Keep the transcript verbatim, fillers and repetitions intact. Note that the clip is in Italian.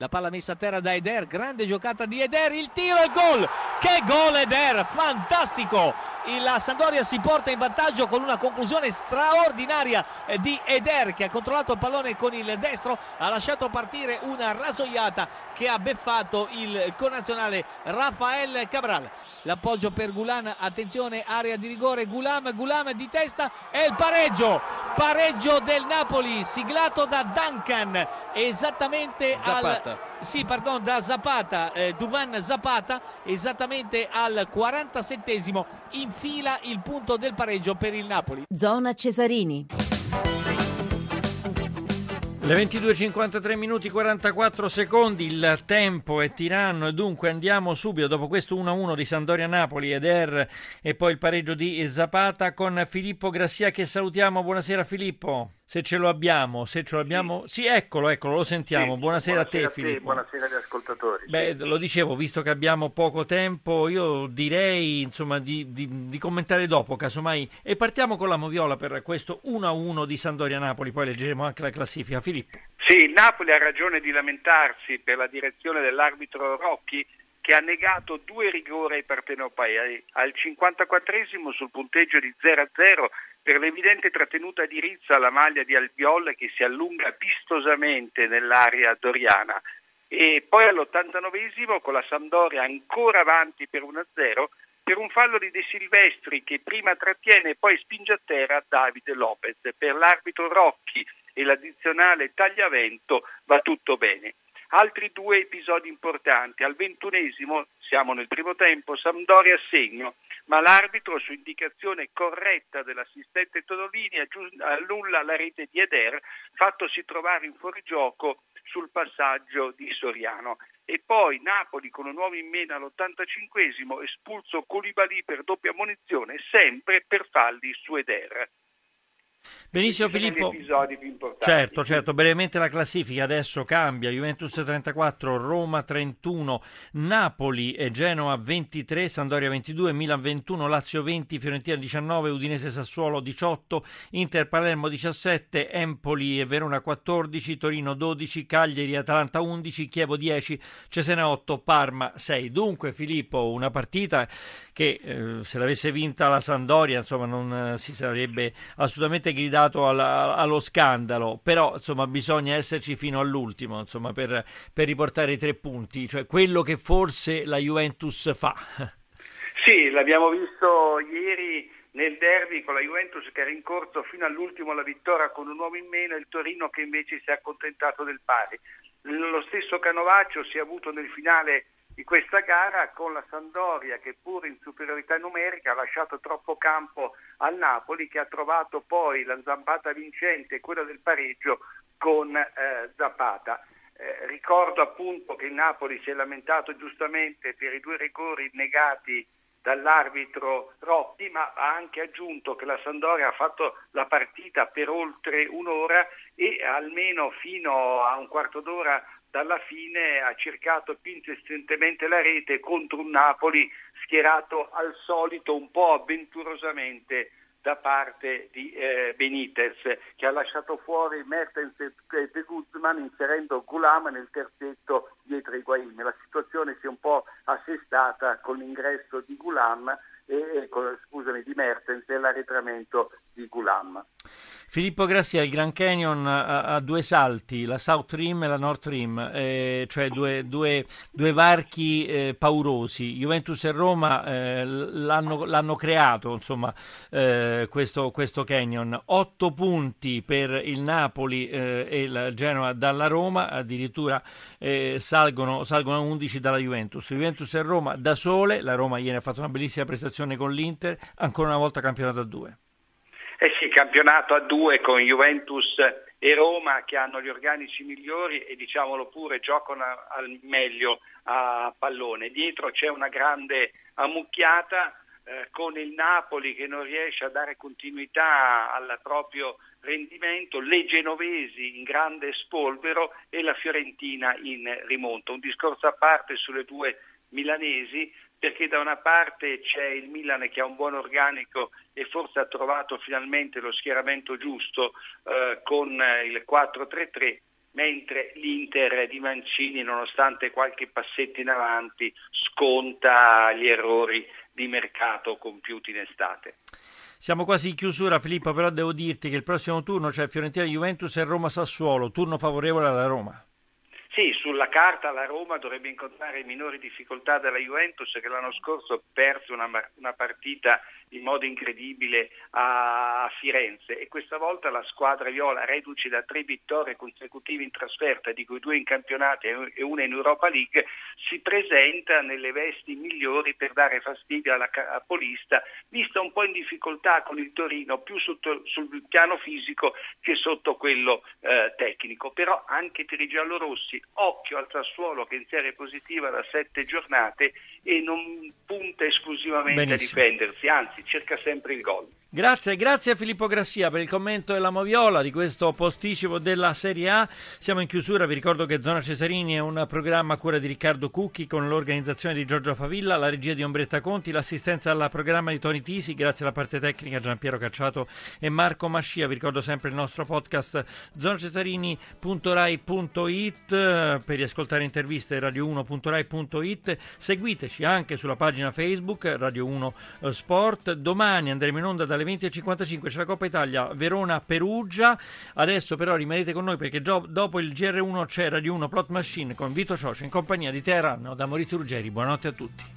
La palla messa a terra da Eder, grande giocata di Eder, il tiro e il gol! Che gol Eder, fantastico! La Sampdoria si porta in vantaggio con una conclusione straordinaria di Eder, che ha controllato il pallone con il destro, ha lasciato partire una rasoiata che ha beffato il connazionale Rafael Cabral. L'appoggio per Gulam, attenzione, area di rigore, Gulam, Gulam di testa e il pareggio, pareggio del Napoli, siglato da Duncan, esattamente Zapata. al... Sì, pardon, da Zapata, eh, Duvan Zapata, esattamente al quarantasettesimo, infila il punto del pareggio per il Napoli. Zona Cesarini. Le ventidue e cinquantatré minuti quarantaquattro secondi, il tempo è tiranno e dunque andiamo subito dopo questo uno a uno di Sampdoria-Napoli Eder e poi il pareggio di Zapata con Filippo Grassia che salutiamo. Buonasera Filippo, se ce lo abbiamo, se ce lo abbiamo, sì, sì eccolo, eccolo, lo sentiamo. Sì, buonasera, buonasera a te, a te Filippo. Buonasera agli ascoltatori. Beh, sì. Lo dicevo, visto che abbiamo poco tempo, io direi insomma di, di, di commentare dopo, casomai, e partiamo con la moviola per questo uno a uno di Sampdoria-Napoli, poi leggeremo anche la classifica. Filippo. Sì, il Napoli ha ragione di lamentarsi per la direzione dell'arbitro Rocchi, che ha negato due rigori ai partenopei. Al cinquantaquattresimo sul punteggio di zero a zero per l'evidente trattenuta di Rizza alla maglia di Albiol che si allunga vistosamente nell'area doriana. E poi all'ottantanovesimo con la Sampdoria ancora avanti per uno a zero per un fallo di De Silvestri che prima trattiene e poi spinge a terra Davide Lopez. Per l'arbitro Rocchi e l'addizionale Tagliavento va tutto bene. Altri due episodi importanti. Al ventunesimo, siamo nel primo tempo, Sampdoria segno, ma l'arbitro su indicazione corretta dell'assistente Todolini annulla la rete di Eder, fattosi trovare in fuorigioco sul passaggio di Soriano. E poi Napoli con un uomo in meno all'ottantacinquesimo espulso Koulibaly per doppia ammonizione, sempre per falli su Eder. Benissimo Filippo, certo, certo, brevemente la classifica adesso cambia: Juventus trentaquattro, Roma trentuno, Napoli e Genoa ventitré, Sampdoria ventidue, Milan ventuno, Lazio venti, Fiorentina diciannove, Udinese Sassuolo diciotto, Inter Palermo diciassette, Empoli e Verona quattordici, Torino dodici, Cagliari Atalanta undici, Chievo dieci, Cesena otto, Parma sei. Dunque Filippo, una partita che eh, se l'avesse vinta la Sampdoria insomma non eh, si sarebbe assolutamente gridato alla, allo scandalo, però insomma bisogna esserci fino all'ultimo insomma per, per riportare i tre punti, cioè quello che forse la Juventus fa. Sì, l'abbiamo visto ieri nel derby con la Juventus che era in corso fino all'ultimo alla vittoria con un uomo in meno e il Torino che invece si è accontentato del pari. Lo stesso canovaccio si è avuto nel finale di questa gara con la Sampdoria che pur in superiorità numerica ha lasciato troppo campo al Napoli, che ha trovato poi la zampata vincente e quella del pareggio con eh, Zapata. Eh, ricordo appunto che il Napoli si è lamentato giustamente per i due rigori negati dall'arbitro Rocchi, ma ha anche aggiunto che la Sampdoria ha fatto la partita per oltre un'ora e almeno fino a un quarto d'ora dalla fine ha cercato più insistentemente la rete contro un Napoli schierato al solito un po' avventurosamente da parte di eh, Benitez, che ha lasciato fuori Mertens e De Guzman inserendo Gulam nel terzetto dietro Higuain. La situazione si è un po' assestata con l'ingresso di Gulam e, e con, scusami, di Mertens e l'arretramento di Gulam. Filippo Grassia, il Grand Canyon ha, ha due salti, la South Rim e la North Rim, eh, cioè due, due, due varchi eh, paurosi. Juventus e Roma eh, l'hanno, l'hanno creato, insomma, eh, questo, questo canyon. Otto punti per il Napoli eh, e il Genoa dalla Roma, addirittura eh, salgono, salgono a undici dalla Juventus. Juventus e Roma da sole, la Roma ieri ha fatto una bellissima prestazione con l'Inter, ancora una volta campionato a due. Eh sì, campionato a due con Juventus e Roma che hanno gli organici migliori e diciamolo pure giocano al meglio a pallone. Dietro c'è una grande ammucchiata eh, con il Napoli che non riesce a dare continuità al proprio rendimento, le genovesi in grande spolvero e la Fiorentina in rimonta. Un discorso a parte sulle due milanesi, perché da una parte c'è il Milan che ha un buon organico e forse ha trovato finalmente lo schieramento giusto eh, con il quattro tre tre mentre l'Inter di Mancini, nonostante qualche passetto in avanti, sconta gli errori di mercato compiuti in estate. Siamo quasi in chiusura, Filippo, però devo dirti che il prossimo turno c'è Fiorentina-Juventus e Roma-Sassuolo, turno favorevole alla Roma. Sì, sulla carta la Roma dovrebbe incontrare minori difficoltà della Juventus, che l'anno scorso ha perso una, una partita in modo incredibile a Firenze, e questa volta la squadra viola, reduce da tre vittorie consecutive in trasferta, di cui due in campionato e una in Europa League, si presenta nelle vesti migliori per dare fastidio alla capolista, vista un po' in difficoltà con il Torino, più sotto, sul piano fisico che sotto quello eh, tecnico. Però anche per i giallorossi, occhio al Sassuolo, che in serie positiva da sette giornate e non punta esclusivamente Benissimo. a difendersi, anzi cerca sempre il gol. Grazie, grazie a Filippo Grassia per il commento della Moviola di questo posticipo della Serie A. Siamo in chiusura, vi ricordo che Zona Cesarini è un programma a cura di Riccardo Cucchi con l'organizzazione di Giorgio Favilla, la regia di Ombretta Conti, l'assistenza al programma di Toni Tisi, grazie alla parte tecnica Giampiero Cacciato e Marco Mascia. Vi ricordo sempre il nostro podcast zonacesarini punto rai punto it per riascoltare interviste radio uno punto rai punto it. Seguiteci anche sulla pagina Facebook Radio uno Sport. Domani andremo in onda dalle venti e cinquantacinque, c'è la Coppa Italia Verona-Perugia. Adesso però rimanete con noi, perché gio- dopo il G R uno c'è Radio uno Plot Machine con Vito Ciocio in compagnia di Teheran da Maurizio Ruggeri. Buonanotte a tutti.